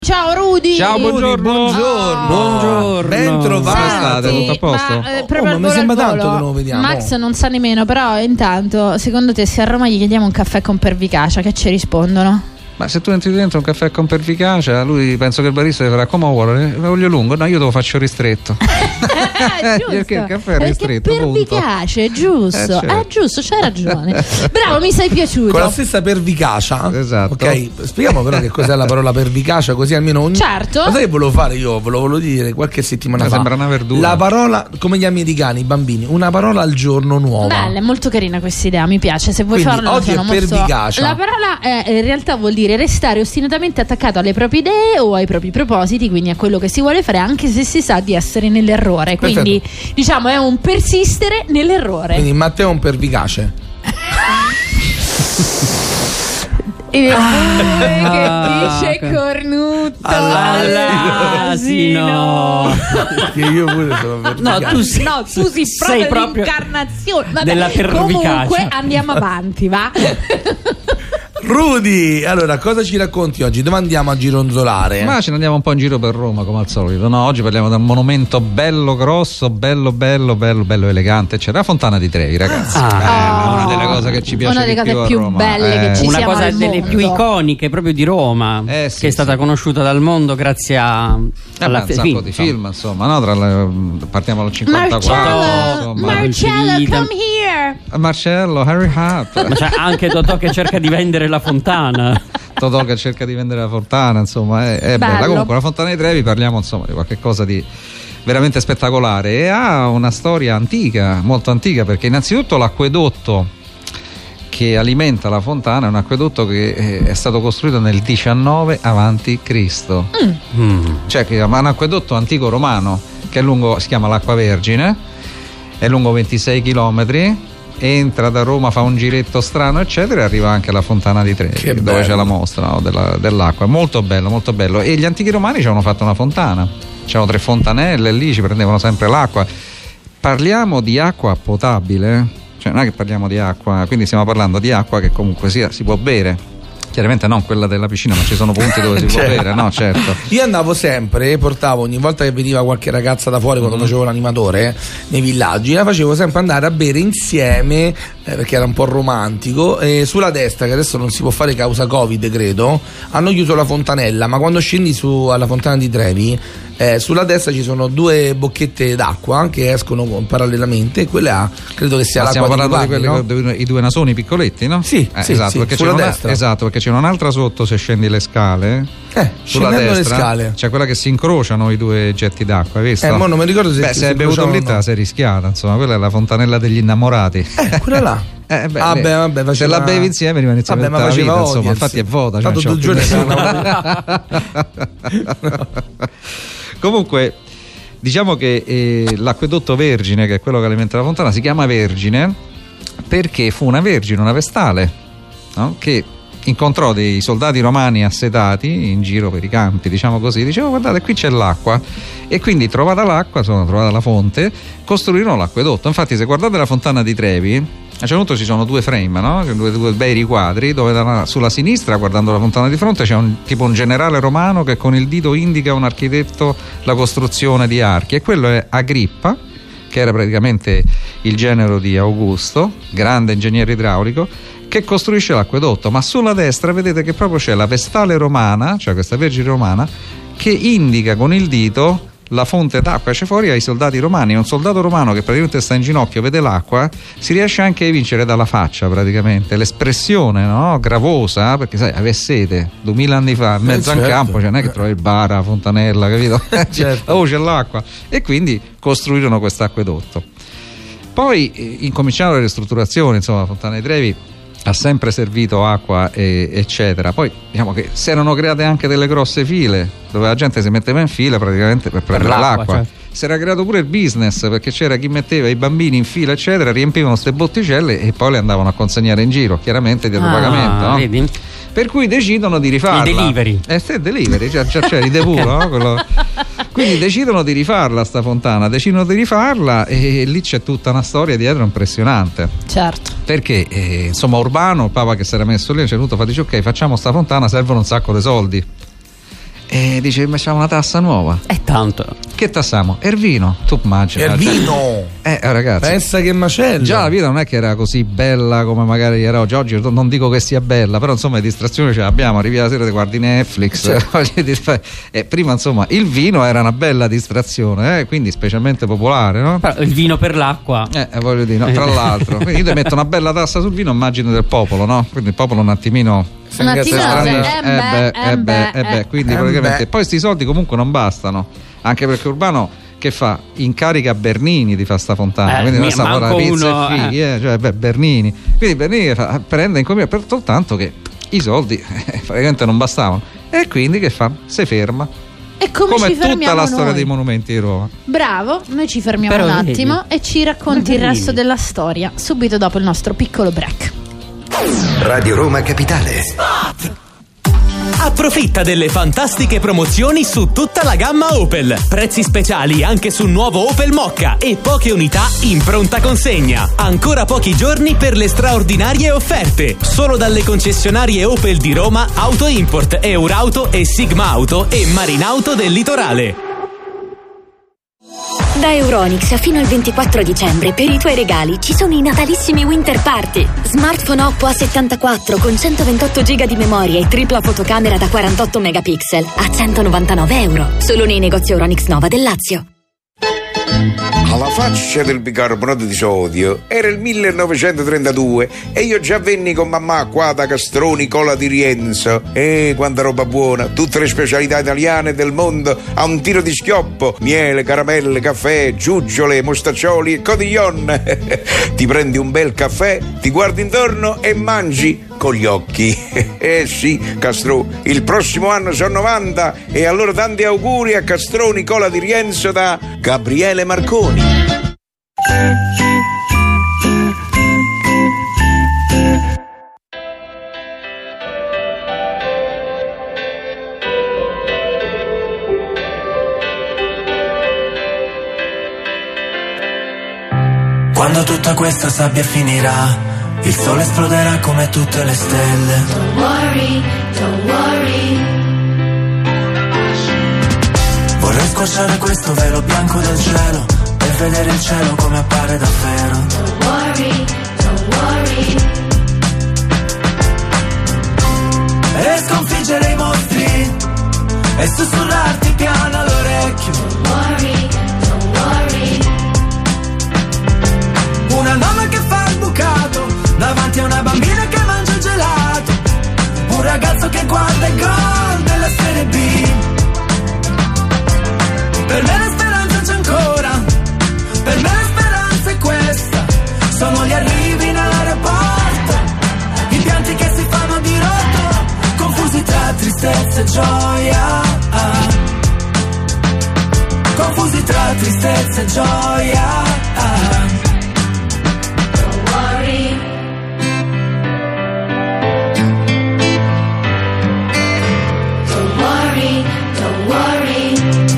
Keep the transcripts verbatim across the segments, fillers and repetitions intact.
Ciao Rudy. Ciao, buongiorno. Buongiorno. Buongiorno. Ben trovati. Tutto a posto? Ma, eh, Oh, proprio ma al mi volo sembra al tanto volo. che non lo vediamo. Max non sa nemmeno, però intanto, secondo te se a Roma gli chiediamo un caffè con pervicacia, che ci rispondono? Ma se tu entri dentro un caffè con pervicacia, lui penso che il barista gli farà come vuole, lo voglio lungo, no, io te lo faccio ristretto. Giusto. Perché il caffè è Perché ristretto, pervicace, è giusto, Eh, certo. è giusto, c'hai ragione. Bravo, mi sei piaciuto. Con la stessa pervicacia. Esatto. Ok, spieghiamo però che cos'è la parola pervicacia, così almeno ogni. Certo. Ma sai che volevo fare io? Ve lo volevo dire qualche settimana Ma fa. sembra una verdura. La parola, come gli americani, i bambini, una parola al giorno nuova. Bella, è molto carina questa idea, mi piace. Se vuoi Quindi, farlo, oggi sono è molto... pervicacia. La parola è, in realtà vuol dire restare ostinatamente attaccato alle proprie idee o ai propri propositi, quindi a quello che si vuole fare, anche se si sa di essere nell'errore. Quindi, Perfetto. diciamo, è un persistere nell'errore. Quindi Matteo è un pervicace. E Ah, che dice ok. cornuto all'asino. Che io pure sono No, pervicace. tu sei, No, tu sei proprio, proprio l'incarnazione. Vabbè, della pervicacia. comunque andiamo avanti, va? Rudy, allora cosa ci racconti oggi? Dove andiamo a gironzolare? Ma ce ne andiamo un po' in giro per Roma come al solito. No, oggi parliamo di un monumento bello grosso, bello bello bello bello elegante, c'è la Fontana di Trevi, ragazzi. Ah. Eh, una delle cose che ci piace Una delle di cose più a più Roma. belle che Eh, ci Una siamo cosa al delle mondo. più iconiche proprio di Roma, Eh, sì, che è stata sì. conosciuta dal mondo grazie a, Eh, alla beh, un sacco film, di insomma. film, insomma, no? Tra le- partiamo dal cinquantaquattro, Marcello, insomma. Marcello, Vita. come here. Marcello, Harry Hap. Ma c'è anche Totò che cerca di vendere la fontana. Totò che cerca di vendere la fontana, insomma, è, è Bello. bella. Comunque la Fontana di Trevi, parliamo insomma di qualche cosa di veramente spettacolare e ha una storia antica, molto antica, perché innanzitutto l'acquedotto che alimenta la fontana è un acquedotto che eh, è stato costruito nel diciannove avanti Cristo. Mm. Cioè che è un acquedotto antico romano che è lungo, si chiama l'Acqua Vergine, è lungo ventisei chilometri, entra da Roma, fa un giretto strano eccetera e arriva anche alla Fontana di Trevi, Che dove bello. c'è la mostra, no, della- dell'acqua. Molto bello, molto bello. E gli antichi romani ci avevano fatto una fontana, c'erano tre fontanelle e lì ci prendevano sempre l'acqua. Parliamo di acqua potabile, cioè non è che parliamo di acqua, quindi stiamo parlando di acqua che comunque sia si può bere. Chiaramente non quella della piscina, ma ci sono punti dove si può Certo. bere, no? Certo. Io andavo sempre, portavo ogni volta che veniva qualche ragazza da fuori quando Mm. facevo l'animatore nei villaggi, la facevo sempre andare a bere insieme, eh, perché era un po' romantico. E sulla destra, che adesso non si può fare causa Covid, credo, hanno chiuso la fontanella, ma quando scendi su alla Fontana di Trevi, eh, sulla destra ci sono due bocchette d'acqua che escono con- parallelamente, e quella credo che sia Ma l'acqua stiamo parlando di Parli, quelli no? con due- i due nasoni piccoletti, no? Sì, Eh, sì, esatto, sì, perché c'è sulla una- destra. esatto, perché c'è un'altra sotto se scendi le scale. Eh, Sulla scendendo le destra scale. c'è quella che si incrociano i due getti d'acqua, hai visto? Eh, mo non mi ricordo se Beh, si se hai bevuto incrociavano lì o te no. la sei rischiata, insomma, quella è la fontanella degli innamorati. Eh, quella là. Eh, beh, Ah, beh, beh, vabbè, se faceva- la bevi insieme rimane insieme Vabbè, ma tutta la faceva vita, insomma, audience. infatti è vota. Tanto cioè, due c'ho giorni più nessuno. Comunque, diciamo che eh, l'acquedotto Vergine, che è quello che alimenta la fontana, si chiama Vergine perché fu una vergine, una vestale, no? Che incontrò dei soldati romani assetati in giro per i campi, diciamo così, diceva: guardate, qui c'è l'acqua, e quindi trovata l'acqua, sono trovata la fonte, costruirono l'acquedotto. Infatti se guardate la Fontana di Trevi, a un certo punto ci sono due frame, no? due, due bei riquadri dove dalla- sulla sinistra, guardando la fontana di fronte, c'è un tipo un generale romano che con il dito indica a un architetto la costruzione di archi, e quello è Agrippa, che era praticamente il genero di Augusto, grande ingegnere idraulico, che costruisce l'acquedotto. Ma sulla destra vedete che proprio c'è la vestale romana, cioè questa vergine romana, che indica con il dito la fonte d'acqua, esce fuori ai soldati romani. Un soldato romano che praticamente sta in ginocchio, vede l'acqua, si riesce anche a evincere dalla faccia, praticamente l'espressione, no? Gravosa, perché sai, aveva sete duemila anni fa, in mezzo Eh, a un certo. campo, cioè non è che trovi il bar, la fontanella, capito? Certo. Oh, c'è l'acqua, e quindi costruirono questo acquedotto. Poi eh, incominciarono le ristrutturazioni, insomma, la Fontana di Trevi ha sempre servito acqua e, eccetera. Poi diciamo che si erano create anche delle grosse file dove la gente si metteva in fila praticamente per prendere l'acqua, l'acqua, certo. Si era creato pure il business, perché c'era chi metteva i bambini in fila eccetera, riempivano queste botticelle e poi le andavano a consegnare in giro, chiaramente dietro Ah, pagamento, no? vedi? Per cui decidono di rifarla. I delivery. Eh sì, delivery, già, già c'è il devulo, no? Quello- Quindi decidono di rifarla sta fontana, decidono di rifarla, e lì c'è tutta una storia dietro impressionante. Certo. Perché eh, insomma Urbano, il papa che si era messo lì, a un certo punto fa, dice: ok, facciamo sta fontana, servono un sacco di soldi. E dice: facciamo una tassa nuova. È tanto. Che tassiamo? Ervino, tu immagini. Ervino! Eh, ragazzi. Pensa che macello. Già la vita non è che era così bella come magari era oggi. Oggi non dico che sia bella, però insomma le distrazioni ce l'abbiamo. Arrivi la sera, ti guardi Netflix. Certo. E prima insomma il vino era una bella distrazione, eh? Quindi specialmente popolare, no? Però il vino per l'acqua. Eh, voglio dire, no? Tra l'altro. Quindi io ti metto una bella tassa sul vino, immagino del popolo, no? Quindi il popolo un attimino. Un attimino, eh, eh, eh, beh, eh, beh, eh, beh, quindi eh, praticamente beh. poi sti soldi comunque non bastano, anche perché Urbano che fa? Incarica Bernini di fare sta fontana, Eh, quindi mi- non sta a manco pizza uno, e fighi, eh, cioè beh, Bernini, quindi Bernini fa, prende in comune per soltanto che i soldi eh, praticamente non bastavano e quindi che fa? Si ferma. E come, Come ci tutta fermiamo la storia noi? dei monumenti di Roma. Bravo, noi ci fermiamo Però un vedi. attimo e ci racconti il Bernini. resto della storia subito dopo il nostro piccolo break. Radio Roma Capitale. Approfitta delle fantastiche promozioni su tutta la gamma Opel. Prezzi speciali anche sul nuovo Opel Mokka e poche unità in pronta consegna. Ancora pochi giorni per le straordinarie offerte. Solo dalle concessionarie Opel di Roma, Auto Import, Eurauto e Sigma Auto e Marinauto del Litorale. Da Euronics fino al ventiquattro dicembre per i tuoi regali ci sono i natalissimi Winter Party. Smartphone Oppo A settantaquattro con centoventotto giga di memoria e tripla fotocamera da quarantotto megapixel a centonovantanove euro. Solo nei negozi Euronics Nova del Lazio. Alla faccia del bicarbonato di sodio era il millenovecentotrentadue e io già venni con mamma qua da Castroni Cola di Rienzo. E quanta roba buona, tutte le specialità italiane del mondo a un tiro di schioppo: miele, caramelle, caffè, giuggiole, mostaccioli e cotillon. Ti prendi un bel caffè, ti guardi intorno e mangi con gli occhi. Eh sì, Castro, il prossimo anno sono novanta e allora tanti auguri a Castroni Cola di Rienzo da Gabriele Marconi. Quando tutta questa sabbia finirà, il sole esploderà come tutte le stelle. Don't worry, don't worry. Vorrei squarciare questo velo bianco del cielo e vedere il cielo come appare davvero. Don't worry, don't worry. E sconfiggere i mostri e sussurrarti piano all'orecchio. Don't worry, don't worry. Una nonna che fa il bucato davanti a una bambina che mangia il gelato. Un ragazzo che guarda il gol della Serie B. Per me la speranza c'è ancora, per me la speranza è questa. Sono gli arrivi in aeroporto, i pianti che si fanno di rotto, confusi tra tristezza e gioia. Confusi tra tristezza e gioia. Don't worry. Don't worry, don't worry.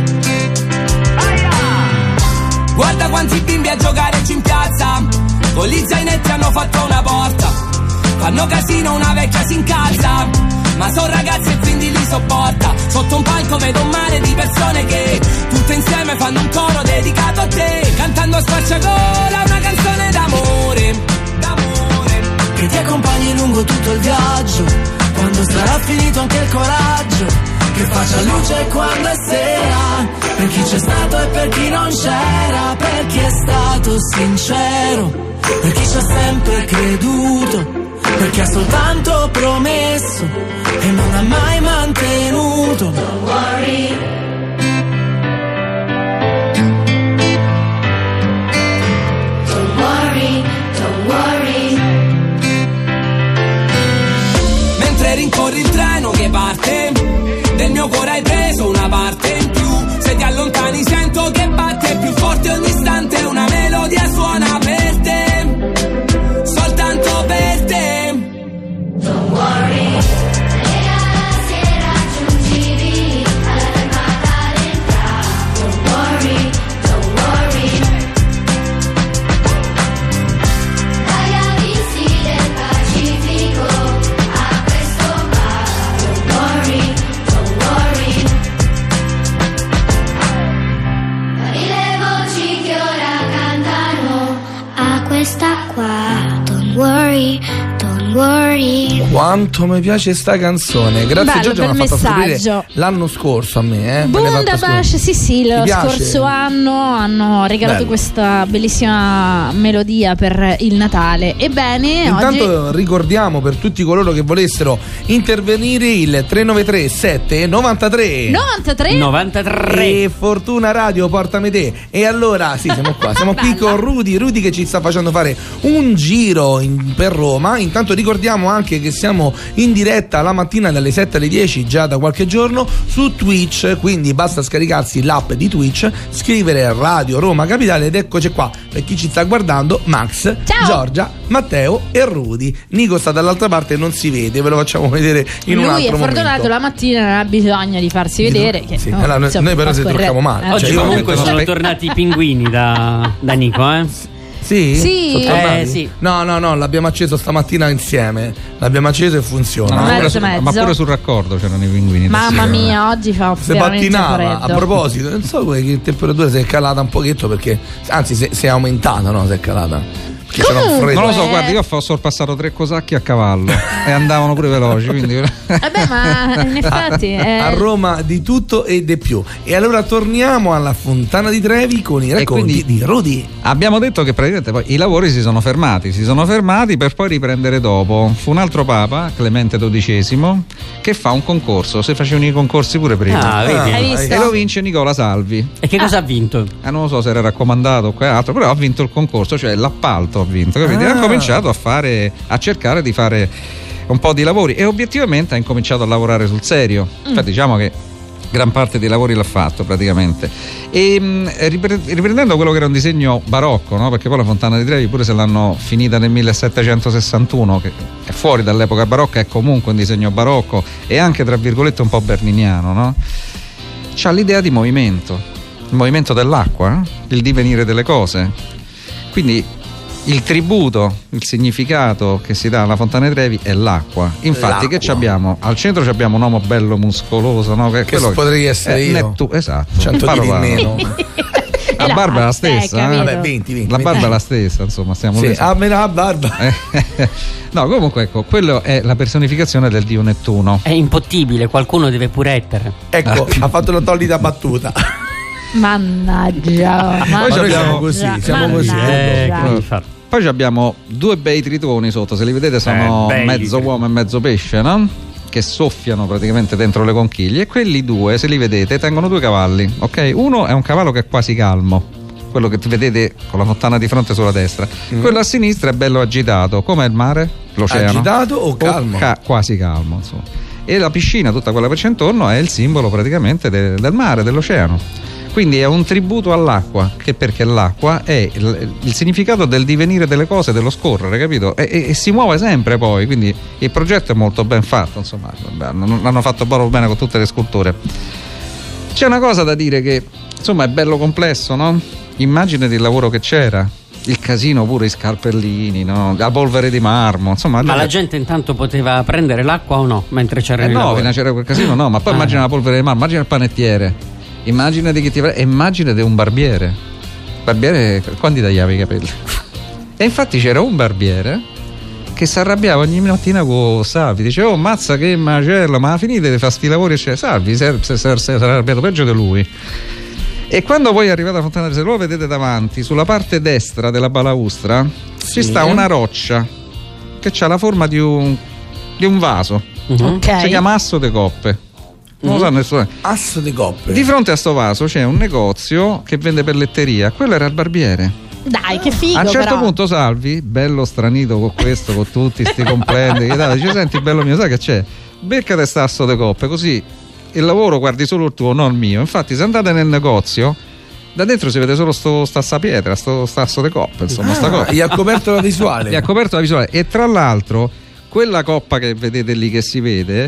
Guarda quanti bimbi a giocare in piazza, con gli zainetti hanno fatto una porta. Fanno casino, una vecchia si incalza, ma sono ragazzi e quindi li sopporta. Sotto un palco vedo un mare di persone che tutte insieme fanno un coro dedicato a te, cantando a squarciagola una canzone d'amore, d'amore, Che ti accompagni lungo tutto il viaggio, quando sarà finito anche il coraggio, che faccia luce quando è sera, per chi c'è stato e per chi non c'era, per chi è stato sincero, per chi ci ha sempre creduto, per chi ha soltanto promesso e non ha mai mantenuto. Don't worry. Don't worry, don't worry. mentre rincorri il treno che parte, del mio cuore hai preso una parte in più. Se ti allontani sento che batte più forte ogni istante, una melodia suona per te, soltanto per te. Don't worry. Quanto mi piace sta canzone. Grazie Bello, Giorgia, bel mi ha fatto messaggio. scoprire l'anno scorso a me, eh. Me l'hai fatto Bundabash, scoprire. sì sì, lo Ti piace? scorso anno hanno regalato Bello. questa bellissima melodia per il Natale. Ebbene, Intanto oggi ricordiamo per tutti coloro che volessero intervenire il tre nove tre sette novantatré novantatré novantatré e Fortuna Radio portami te. E allora sì, siamo qua, siamo qui con Rudy Rudy che ci sta facendo fare un giro in- per Roma. Intanto ricordiamo anche che siamo in diretta la mattina dalle sette alle dieci già da qualche giorno su Twitch, quindi basta scaricarsi l'app di Twitch, scrivere Radio Roma Capitale ed eccoci qua per chi ci sta guardando: Max, Ciao. Giorgia, Matteo e Rudy. Nico sta dall'altra parte e non si vede, ve lo facciamo vedere in un lui altro è fortunato, momento. la mattina non ha bisogno di farsi vedere. Che, Sì, oh, allora, noi- insomma, noi però un se po' trucchiamo scorretto. male. Eh. Oggi Cioè, io comunque metto- sono tornati i pinguini da, da Nico, eh? Sì? Sì. Sono tornati? Eh, sì. No, no, no, l'abbiamo acceso stamattina insieme. L'abbiamo acceso e funziona. Ma Mezzo, pure, su- mezzo. ma pure sul raccordo c'erano i pinguini. Mamma mia, oggi fa Se veramente pattinava, freddo. a proposito, non so che temperatura si è calata un pochetto perché, anzi, si si è aumentata, no? Si è calata. Perché c'era un Comunque- freddo. Non lo so, Eh. guardi, io ho sorpassato tre cosacchi a cavallo e andavano pure veloci, quindi Vabbè, ma in effetti eh, A Roma di tutto e di più. E allora torniamo alla Fontana di Trevi con i racconti quindi- di Rudy. abbiamo detto che praticamente poi i lavori si sono fermati, si sono fermati per poi riprendere dopo. Fu un altro Papa, Clemente dodicesimo, che fa un concorso. Se facevano i concorsi pure prima. Ah, vedi. Hai visto? E lo vince Nicola Salvi. E che cosa ha vinto? Eh, non lo so se era raccomandato o altro, però ha vinto il concorso, cioè l'appalto ha vinto, capito? E Ah. ha cominciato a fare, a cercare di fare un po' di lavori e obiettivamente ha incominciato a lavorare sul serio. Infatti diciamo che gran parte dei lavori l'ha fatto praticamente. E mh, ripre- riprendendo quello che era un disegno barocco, no? Perché poi la Fontana di Trevi pure se l'hanno finita nel millesettecentosessantuno, che è fuori dall'epoca barocca, è comunque un disegno barocco e anche tra virgolette un po' berniniano, no? C'ha l'idea di movimento, il movimento dell'acqua, eh? Il divenire delle cose. Quindi il tributo, il significato che si dà alla Fontana di Trevi è l'acqua. Infatti, L'acqua. che ci abbiamo? Al centro ci abbiamo un uomo bello muscoloso, no? Che, Che quello potrei essere è io. Nettu- esatto. cento Parlo chili in da- meno. La la barba è la bastecca, stessa, eh? vedo. Vabbè, venti, venti. La venti. barba è la stessa, insomma, stiamo Sì, lì. a me la barba. Eh, no, comunque ecco, quello è la personificazione del dio Nettuno. È impottibile, qualcuno deve pure ettere. Ecco, ha fatto la tollida battuta. Mannaggia, Poi Ma noi abbiamo- siamo così, siamo così. Mannaggia. eh. quindi fa- Poi abbiamo due bei tritoni sotto, se li vedete sono Eh, bei mezzo tritoni. uomo e mezzo pesce, no? Che soffiano praticamente dentro le conchiglie e quelli due, se li vedete, tengono due cavalli, ok? Uno è un cavallo che è quasi calmo, quello che vedete con la fontana di fronte sulla destra. Mm. Quello a sinistra è bello agitato, come il mare, l'oceano. Agitato o calmo? ca- quasi calmo, insomma. E la piscina, tutta quella che c'è intorno, è il simbolo praticamente de- del mare, dell'oceano. Quindi è un tributo all'acqua, che perché l'acqua è il, il significato del divenire delle cose, dello scorrere, capito? E, e- e si muove sempre poi, quindi il progetto è molto ben fatto, insomma, vabbè, l'hanno fatto proprio bene con tutte le sculture. C'è una cosa da dire che, insomma, è bello complesso, no? Immaginati il lavoro che c'era, il casino pure, i scarpellini, no? La polvere di marmo, insomma. Ma la gente intanto poteva prendere l'acqua o no? Mentre c'era Eh il no, lavoro? fino a c'era quel casino no, ma poi Ah. immagina la polvere di marmo, immagina il panettiere, immaginati che ti e immaginati un barbiere. Barbiere, quando ti tagliavi i capelli? E infatti c'era un barbiere che si arrabbiava ogni mattina con Salvi, diceva oh mazza che macello, ma finite di fare sti lavori, cioè, Salvi si si- si- si era arrabbiato peggio di lui. E quando poi arrivate alla Fontana di Trevi, lo vedete davanti, sulla parte destra della balaustra ci sta una roccia che ha la forma di un, di un vaso. Mhm. Ok. Si chiama Asso de Coppe. Non lo sa nessuno. Asso di coppe. Di fronte a sto vaso c'è un negozio che vende pelletteria. Quello era il barbiere. Dai, che figo, A un certo però. punto Salvi, bello stranito con questo, con tutti sti comprendi, che dà, dice senti bello mio, sai che c'è? Beccate sta Asso de Coppe, così il lavoro guardi solo il tuo, non il mio. Infatti se andate nel negozio, da dentro si vede solo sto stassa pietra, sto stasso de coppe, insomma, sta cosa. Gli ha coperto la visuale. Gli ha coperto la visuale. E tra l'altro, quella coppa che vedete lì che si vede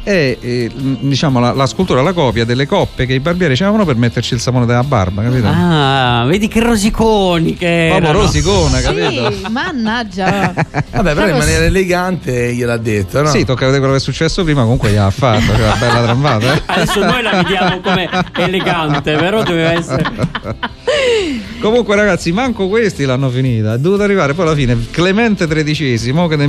è eh, diciamo la, la scultura, la copia delle coppe che i barbieri c'avevano per metterci il sapone della barba, capito? Ah, vedi che rosiconi che proprio erano. rosicona, capito? Sì, mannaggia. Vabbè, però in maniera elegante gliel'ha detto, no? Sì, tocca vedere quello che è successo prima, comunque gliel'ha fatto, cioè una bella trambata. Eh? Adesso noi la vediamo come elegante, però doveva essere. Comunque ragazzi, manco questi l'hanno finita, è dovuto arrivare poi alla fine Clemente tredicesimo che nel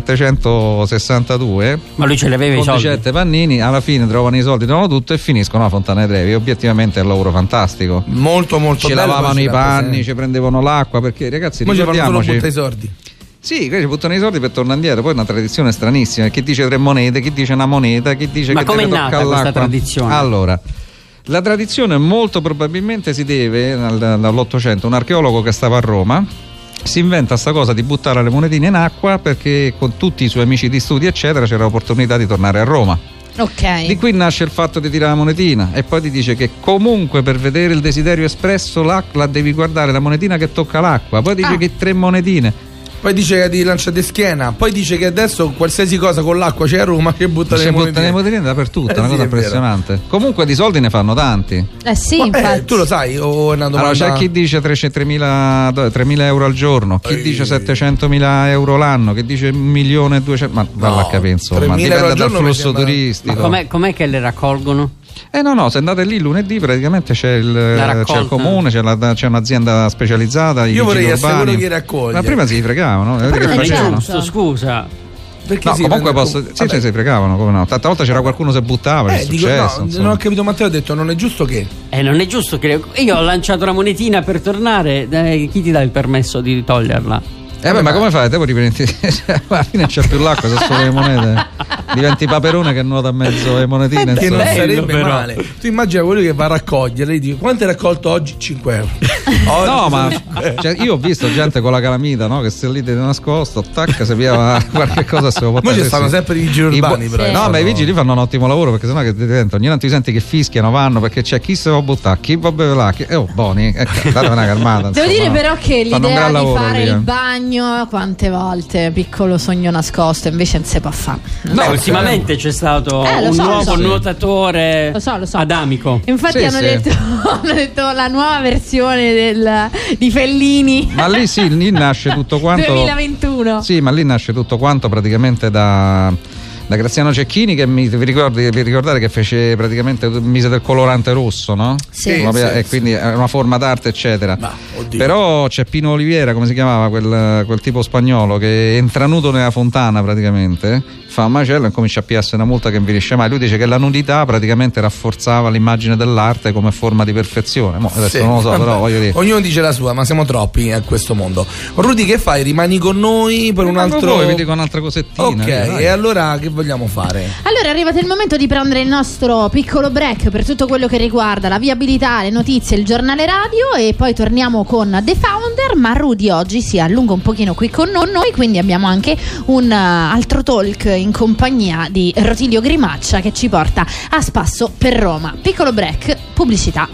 millesettecentosessantadue, ma lui ce li aveva i con soldi. Dicette Pannini, alla fine trovano i soldi, trovano tutto e finiscono a Fontana Trevi. Obiettivamente è un lavoro fantastico, molto molto ci bello, lavavano i panni, sì. ci prendevano l'acqua, perché ragazzi poi ci fanno solo ricordiamoci, buttare i soldi. sì, ci buttano i soldi per tornare indietro. Poi è una tradizione stranissima, chi dice tre monete, chi dice una moneta, chi dice Ma che com'è deve nata toccare questa l'acqua. tradizione? Allora, la tradizione molto probabilmente si deve al- dall'Ottocento. Un archeologo che stava a Roma si inventa sta cosa di buttare le monetine in acqua perché con tutti i suoi amici di studio eccetera c'era l'opportunità di tornare a Roma. Ok. Di qui nasce il fatto di tirare la monetina e poi ti dice che comunque per vedere il desiderio espresso l'acqua devi guardare la monetina che tocca l'acqua, poi dice Ah. che tre monetine. Poi dice che ti lancia di schiena, poi dice che adesso qualsiasi cosa con l'acqua c'è a Roma che butta Ci le buttano monetine. le monetine dappertutto, Eh è una sì, cosa è vero. impressionante. Comunque di soldi ne fanno tanti. Eh sì, Ma, infatti. eh, tu lo sai o è una domanda? Allora c'è chi dice tremila euro al giorno, chi Ehi. dice settecentomila euro l'anno, chi dice un milione e duecento, ma valla No, a capire insomma, tremila euro dipende al dal giorno mi flusso sembra- turistico. Ma com'è, com'è che le raccolgono? Eh no no, se andate lì lunedì praticamente c'è il, raccolta. c'è il comune, c'è, la, c'è un'azienda specializzata, i Io vorrei vigili essere urbani. quello che raccoglie. Ma prima si fregavano, vedete però che non è facevano? giusto. Scusa. Perché No, si comunque prende- posso. Sì, Vabbè. sì, si fregavano, come no. Tanta volta c'era qualcuno che buttava, è Eh, dico, successo. no, insomma. non ho capito, Matteo ha detto non è giusto che Eh, non è giusto che io ho lanciato una monetina per tornare, eh, chi ti dà il permesso di toglierla? Eh beh, ma come fai? Te poi riprendi. Cioè, alla fine c'è più l'acqua, sono solo le monete. Diventi Paperone che nuota a mezzo le monetine. che non insomma. sarebbe però. male. Tu immagina quello che va a raccogliere e dici quanto hai raccolto oggi? cinque euro. Oggi No, sono ma cinque euro. cioè, io ho visto gente con la calamita, no? Che se lì di nascosto, tac, se piava qualche cosa se lo Poi portava. ci stanno sempre i vigili I bo- urbani, però. Sì. No, fanno- ma i vigili fanno un ottimo lavoro perché sennò che diventa, ogni tanto ti senti che fischiano, vanno perché c'è chi se va a buttare, chi va a bere là, chi... oh, buoni, ecco, date una calmata. Devo insomma, dire no? però che Fanno un l'idea gran di lavoro fare lì, il eh. bagno quante volte, piccolo sogno nascosto, invece non si può fare. No, Beh, ultimamente c'è stato Eh, lo un so, lo nuovo so. nuotatore Lo so, lo so. adamico. Infatti Sì, hanno, sì. Detto, hanno detto la nuova versione del, di Fellini Ma lì sì, lì nasce tutto quanto. duemilaventuno. Sì, ma lì nasce tutto quanto praticamente da, da Graziano Cecchini che mi, vi, ricordi, vi ricordate che fece praticamente mise del colorante rosso, no? Sì. Come- sì, e sì. quindi è una forma d'arte eccetera. Ma, oddio. Però c'è Pino Oliviera, come si chiamava quel, quel tipo spagnolo che entra nudo nella fontana praticamente, fa un macello e comincia a piarsi una multa che non finisce mai. Lui dice che la nudità praticamente rafforzava l'immagine dell'arte come forma di perfezione. Mo, adesso Sì, non lo so, vabbè. però voglio dire. Ognuno dice la sua, ma siamo troppi a questo mondo. Rudy, che fai? Rimani con noi per un Rimango altro. voi, vi dico un'altra cosettina. Ok, dai. e allora che vogliamo fare? Allora è arrivato il momento di prendere il nostro piccolo break per tutto quello che riguarda la viabilità, le notizie, il giornale radio e poi torniamo con The Founder, ma Rudy oggi si allunga un pochino qui con noi, quindi abbiamo anche un uh, altro talk in compagnia di Rotilio Grimaccia che ci porta a spasso per Roma. Piccolo break, pubblicità.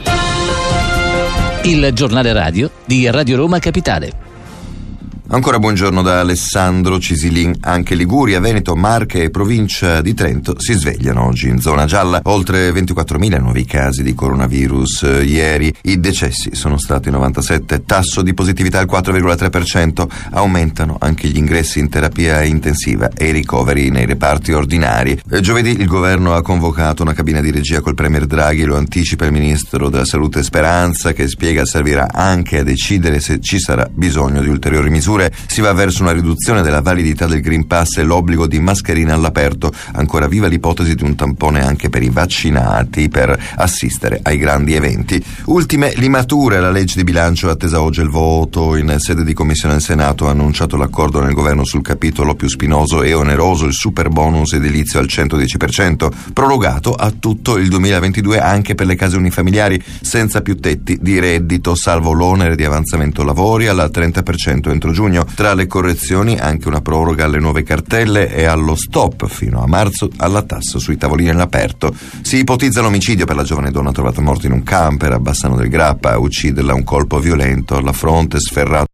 Il giornale radio di Radio Roma Capitale. Ancora buongiorno da Alessandro Cisilin. Anche Liguria, Veneto, Marche e provincia di Trento si svegliano oggi in zona gialla. Oltre ventiquattromila nuovi casi di coronavirus eh, ieri. I decessi sono stati novantasette, tasso di positività al quattro virgola tre per cento. Aumentano anche gli ingressi in terapia intensiva e i ricoveri nei reparti ordinari. Eh, giovedì il governo ha convocato una cabina di regia col premier Draghi, lo anticipa il ministro della Salute Speranza, che spiega servirà anche a decidere se ci sarà bisogno di ulteriori misure. Si va verso una riduzione della validità del Green Pass e l'obbligo di mascherina all'aperto. Ancora viva l'ipotesi di un tampone anche per i vaccinati per assistere ai grandi eventi. Ultime limature. La legge di bilancio attesa oggi il voto in sede di commissione al Senato ha annunciato l'accordo nel governo sul capitolo più spinoso e oneroso, il super bonus edilizio al centodieci per cento, prorogato a tutto il duemilaventidue anche per le case unifamiliari senza più tetti di reddito, salvo l'onere di avanzamento lavori al trenta per cento entro giugno. Tra le correzioni anche una proroga alle nuove cartelle e allo stop fino a marzo alla tassa sui tavolini all'aperto. Si ipotizza l'omicidio per la giovane donna trovata morta in un camper a Bassano del Grappa. A ucciderla un colpo violento alla fronte, sferrato